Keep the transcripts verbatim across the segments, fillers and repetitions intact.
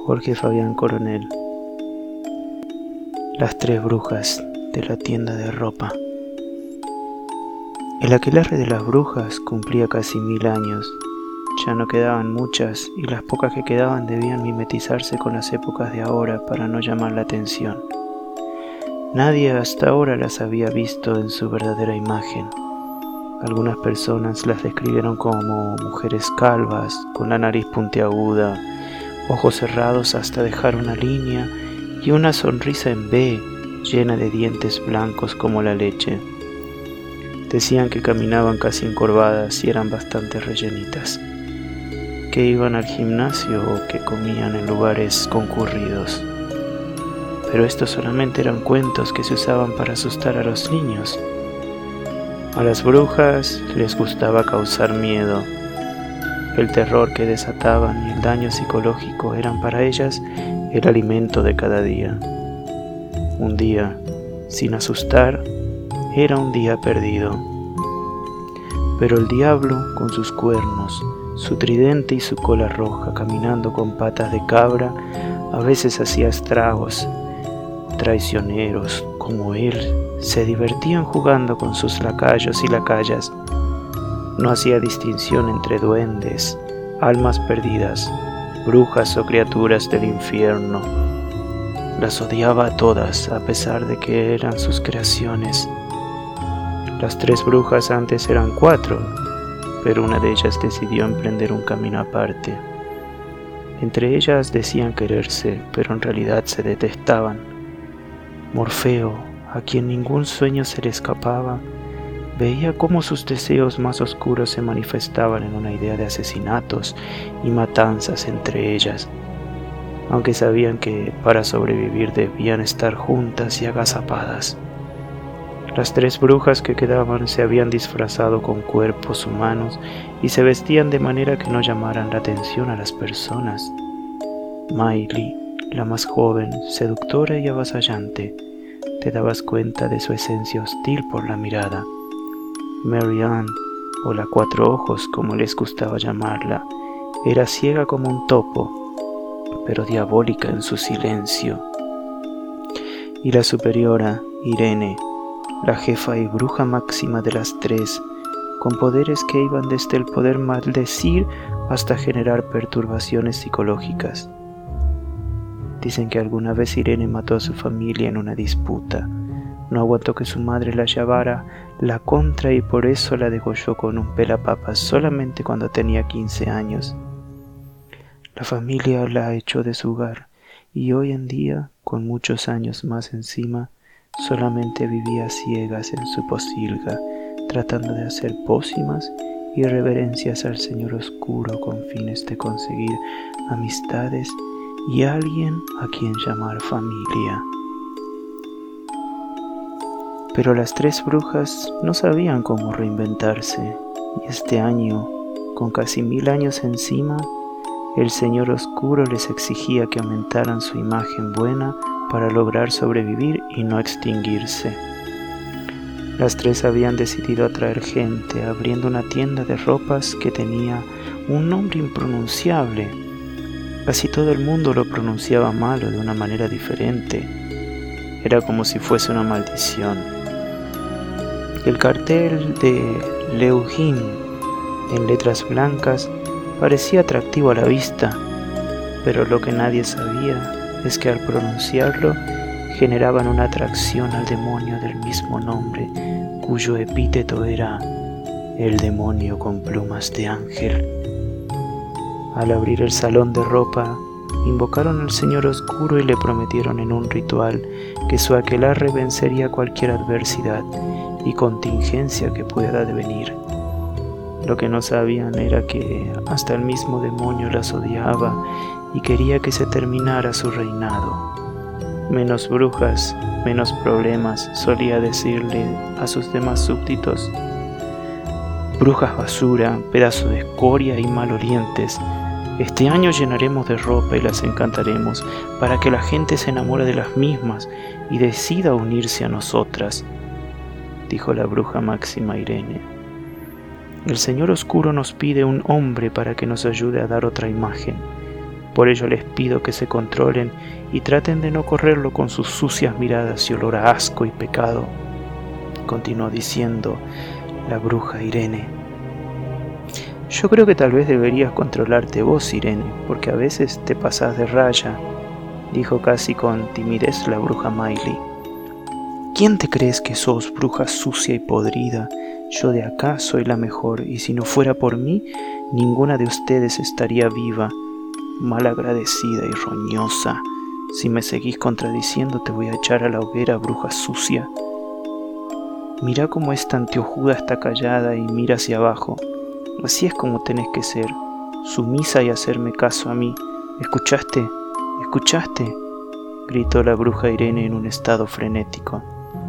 Jorge Fabián Coronel. Las tres brujas de la tienda de ropa. El aquelarre de las brujas cumplía casi mil años. Ya no quedaban muchas y las pocas que quedaban debían mimetizarse con las épocas de ahora para no llamar la atención. Nadie hasta ahora las había visto en su verdadera imagen. Algunas personas las describieron como mujeres calvas, con la nariz puntiaguda, ojos cerrados hasta dejar una línea y una sonrisa en V llena de dientes blancos como la leche. Decían que caminaban casi encorvadas y eran bastante rellenitas, que iban al gimnasio o que comían en lugares concurridos. Pero estos solamente eran cuentos que se usaban para asustar a los niños. A las brujas les gustaba causar miedo. El terror que desataban y el daño psicológico eran para ellas el alimento de cada día. Un día, sin asustar, era un día perdido. Pero el diablo, con sus cuernos, su tridente y su cola roja, caminando con patas de cabra, a veces hacía estragos. Traicioneros, como él, se divertían jugando con sus lacayos y lacayas. No hacía distinción entre duendes, almas perdidas, brujas o criaturas del infierno. Las odiaba a todas, a pesar de que eran sus creaciones. Las tres brujas antes eran cuatro, pero una de ellas decidió emprender un camino aparte. Entre ellas decían quererse, pero en realidad se detestaban. Morfeo, a quien ningún sueño se le escapaba, veía cómo sus deseos más oscuros se manifestaban en una idea de asesinatos y matanzas entre ellas, aunque sabían que para sobrevivir debían estar juntas y agazapadas. Las tres brujas que quedaban se habían disfrazado con cuerpos humanos y se vestían de manera que no llamaran la atención a las personas. Miley, la más joven, seductora y avasallante, te dabas cuenta de su esencia hostil por la mirada. Mary Ann, o la cuatro ojos como les gustaba llamarla, era ciega como un topo, pero diabólica en su silencio. Y la superiora, Irene, la jefa y bruja máxima de las tres, con poderes que iban desde el poder maldecir hasta generar perturbaciones psicológicas. Dicen que alguna vez Irene mató a su familia en una disputa. No aguantó que su madre la llevara la contra y por eso la degolló con un pelapapas solamente cuando tenía quince años. La familia la echó de su hogar y hoy en día, con muchos años más encima, solamente vivía ciegas en su posilga, tratando de hacer pócimas y reverencias al Señor Oscuro con fines de conseguir amistades y alguien a quien llamar familia. Pero las tres brujas no sabían cómo reinventarse, y este año, con casi mil años encima, el Señor Oscuro les exigía que aumentaran su imagen buena para lograr sobrevivir y no extinguirse. Las tres habían decidido atraer gente, abriendo una tienda de ropas que tenía un nombre impronunciable. Casi todo el mundo lo pronunciaba mal o de una manera diferente. Era como si fuese una maldición. El cartel de Leuhin, en letras blancas, parecía atractivo a la vista, pero lo que nadie sabía es que al pronunciarlo generaban una atracción al demonio del mismo nombre, cuyo epíteto era el demonio con plumas de ángel. Al abrir el salón de ropa, invocaron al Señor Oscuro y le prometieron en un ritual que su aquelarre vencería cualquier adversidad y contingencia que pueda devenir. Lo que no sabían era que hasta el mismo demonio las odiaba y quería que se terminara su reinado. Menos brujas, menos problemas, solía decirle a sus demás súbditos. Brujas basura, pedazo de escoria y malolientes. Este año llenaremos de ropa y las encantaremos para que la gente se enamore de las mismas y decida unirse a nosotras, dijo la bruja máxima Irene. El Señor Oscuro nos pide un hombre para que nos ayude a dar otra imagen. Por ello les pido que se controlen y traten de no correrlo con sus sucias miradas y olor a asco y pecado. Continuó diciendo la bruja Irene. Yo creo que tal vez deberías controlarte vos, Irene, porque a veces te pasás de raya, dijo casi con timidez la bruja Miley. ¿Quién te crees que sos, bruja sucia y podrida? Yo de acá soy la mejor, y si no fuera por mí, ninguna de ustedes estaría viva. Malagradecida y roñosa, si me seguís contradiciendo te voy a echar a la hoguera, bruja sucia. Mirá cómo esta anteojuda está callada y mira hacia abajo. Así es como tenés que ser, sumisa y hacerme caso a mí. ¿Escuchaste? ¿Escuchaste?, gritó la bruja Irene en un estado frenético.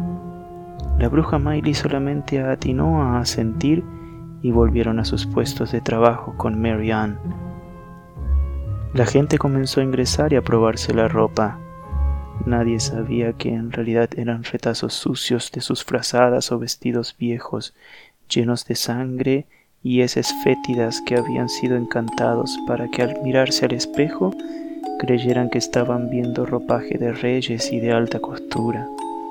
La bruja Miley solamente atinó a asentir y volvieron a sus puestos de trabajo con Mary Ann. La gente comenzó a ingresar y a probarse la ropa. Nadie sabía que en realidad eran retazos sucios de sus frazadas o vestidos viejos, llenos de sangre y heces fétidas que habían sido encantados para que al mirarse al espejo creyeran que estaban viendo ropaje de reyes y de alta costura.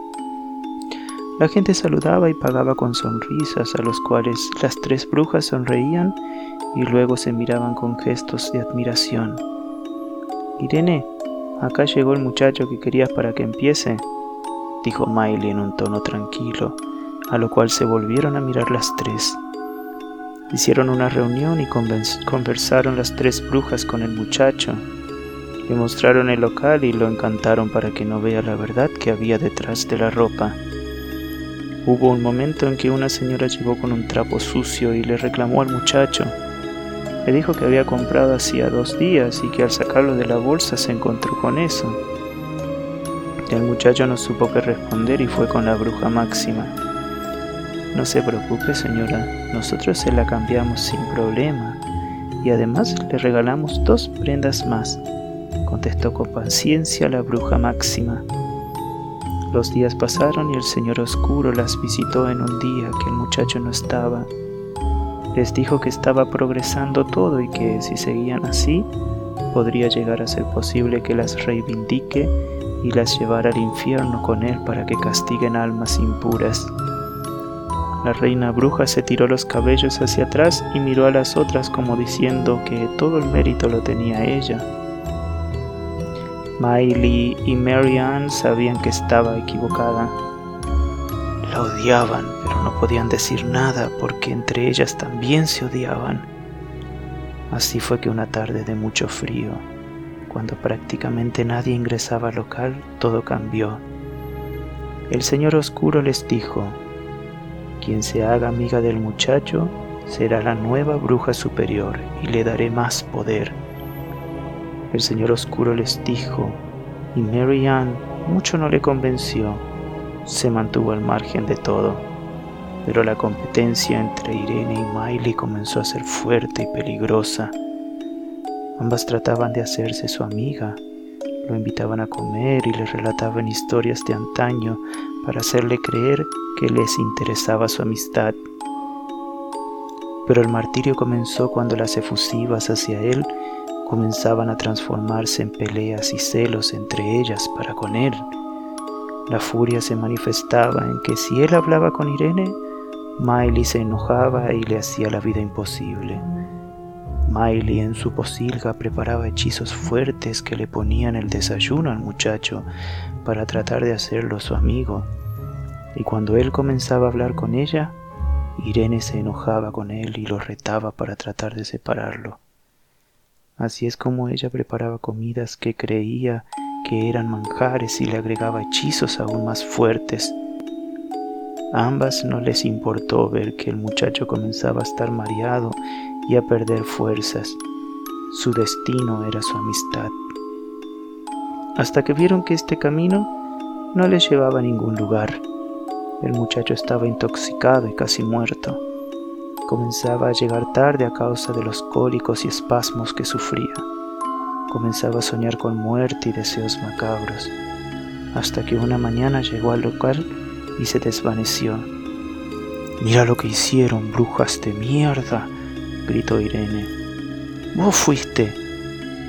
La gente saludaba y pagaba con sonrisas, a los cuales las tres brujas sonreían y luego se miraban con gestos de admiración. «Irene, acá llegó el muchacho que querías para que empiece», dijo Miley en un tono tranquilo, a lo cual se volvieron a mirar las tres. Hicieron una reunión y conversaron las tres brujas con el muchacho. Le mostraron el local y lo encantaron para que no vea la verdad que había detrás de la ropa. Hubo un momento en que una señora llegó con un trapo sucio y le reclamó al muchacho. Le dijo que había comprado hacía dos días y que al sacarlo de la bolsa se encontró con eso. El muchacho no supo qué responder y fue con la bruja Máxima. «No se preocupe, señora, nosotros se la cambiamos sin problema y además le regalamos dos prendas más», contestó con paciencia la bruja Máxima. Los días pasaron y el señor Oscuro las visitó en un día que el muchacho no estaba. Les dijo que estaba progresando todo y que si seguían así, podría llegar a ser posible que las reivindique y las llevara al infierno con él para que castiguen almas impuras. La reina bruja se tiró los cabellos hacia atrás y miró a las otras como diciendo que todo el mérito lo tenía ella. Miley y Mary Ann sabían que estaba equivocada. La odiaban, pero no podían decir nada porque entre ellas también se odiaban. Así fue que una tarde de mucho frío, cuando prácticamente nadie ingresaba al local, todo cambió. El señor Oscuro les dijo: «Quien se haga amiga del muchacho será la nueva bruja superior y le daré más poder». El señor Oscuro les dijo, y Mary Ann mucho no le convenció. Se mantuvo al margen de todo, pero la competencia entre Irene y Miley comenzó a ser fuerte y peligrosa. Ambas trataban de hacerse su amiga, lo invitaban a comer y le relataban historias de antaño para hacerle creer que les interesaba su amistad. Pero el martirio comenzó cuando las efusivas hacia él comenzaban a transformarse en peleas y celos entre ellas para con él. La furia se manifestaba en que si él hablaba con Irene, Miley se enojaba y le hacía la vida imposible. Miley en su pocilga preparaba hechizos fuertes que le ponían el desayuno al muchacho para tratar de hacerlo su amigo, y cuando él comenzaba a hablar con ella, Irene se enojaba con él y lo retaba para tratar de separarlo. Así es como ella preparaba comidas que creía que eran manjares y le agregaba hechizos aún más fuertes. A ambas no les importó ver que el muchacho comenzaba a estar mareado y a perder fuerzas. Su destino era su amistad. Hasta que vieron que este camino no les llevaba a ningún lugar. El muchacho estaba intoxicado y casi muerto. Comenzaba a llegar tarde a causa de los cólicos y espasmos que sufría. Comenzaba a soñar con muerte y deseos macabros, hasta que una mañana llegó al local y se desvaneció. «Mira lo que hicieron, brujas de mierda», gritó Irene. «Vos fuiste»,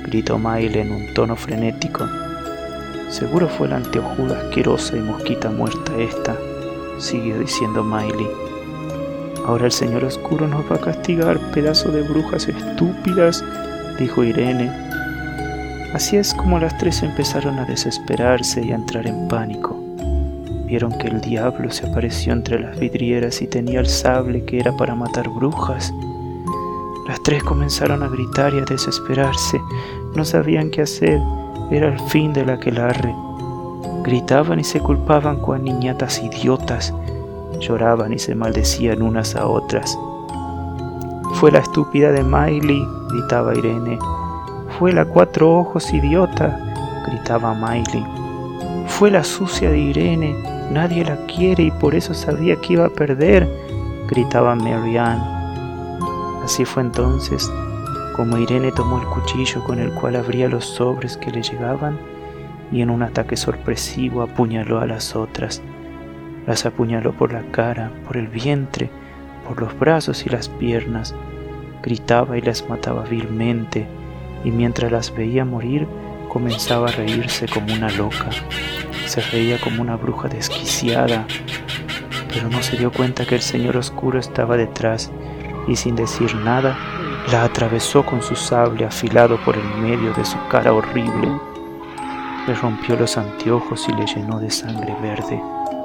gritó Miley en un tono frenético. Seguro fue la anteojuda asquerosa y mosquita muerta esta, siguió diciendo Miley. Ahora el señor oscuro nos va a castigar, pedazo de brujas estúpidas, dijo Irene. Así es como las tres empezaron a desesperarse y a entrar en pánico. Vieron que el diablo se apareció entre las vidrieras y tenía el sable que era para matar brujas. Las tres comenzaron a gritar y a desesperarse. No sabían qué hacer. Era el fin del aquelarre. Gritaban y se culpaban cuan niñatas idiotas. Lloraban y se maldecían unas a otras. Fue la estúpida de Miley, gritaba Irene. Fue la cuatro ojos idiota, gritaba Miley. Fue la sucia de Irene, nadie la quiere y por eso sabía que iba a perder, gritaba Mary Ann. Así fue entonces como Irene tomó el cuchillo con el cual abría los sobres que le llegaban y en un ataque sorpresivo apuñaló a las otras. Las apuñaló por la cara, por el vientre, por los brazos y las piernas. Gritaba y las mataba vilmente, y mientras las veía morir, comenzaba a reírse como una loca. Se reía como una bruja desquiciada, pero no se dio cuenta que el señor oscuro estaba detrás, y sin decir nada, la atravesó con su sable afilado por el medio de su cara horrible. Le rompió los anteojos y le llenó de sangre verde.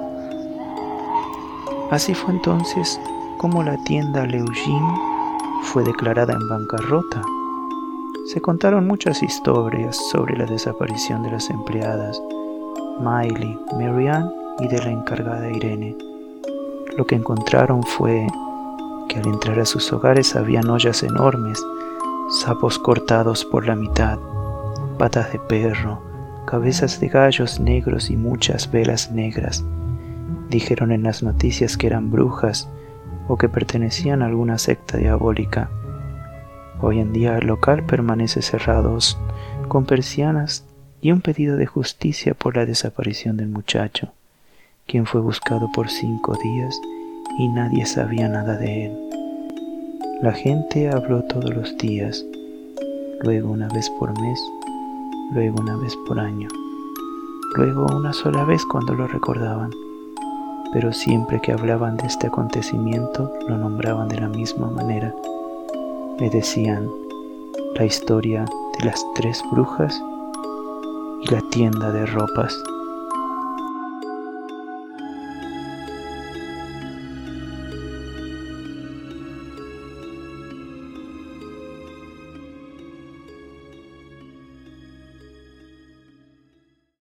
Así fue entonces como la tienda Leugine fue declarada en bancarrota. Se contaron muchas historias sobre la desaparición de las empleadas, Miley, Mary Ann y de la encargada Irene. Lo que encontraron fue que al entrar a sus hogares habían ollas enormes, sapos cortados por la mitad, patas de perro, cabezas de gallos negros y muchas velas negras. Dijeron en las noticias que eran brujas o que pertenecían a alguna secta diabólica. Hoy en día el local permanece cerrado con persianas y un pedido de justicia por la desaparición del muchacho, quien fue buscado por cinco días y nadie sabía nada de él. La gente habló todos los días, luego una vez por mes, luego una vez por año, luego una sola vez cuando lo recordaban, pero siempre que hablaban de este acontecimiento lo nombraban de la misma manera. Le decían la historia de las tres brujas y la tienda de ropas.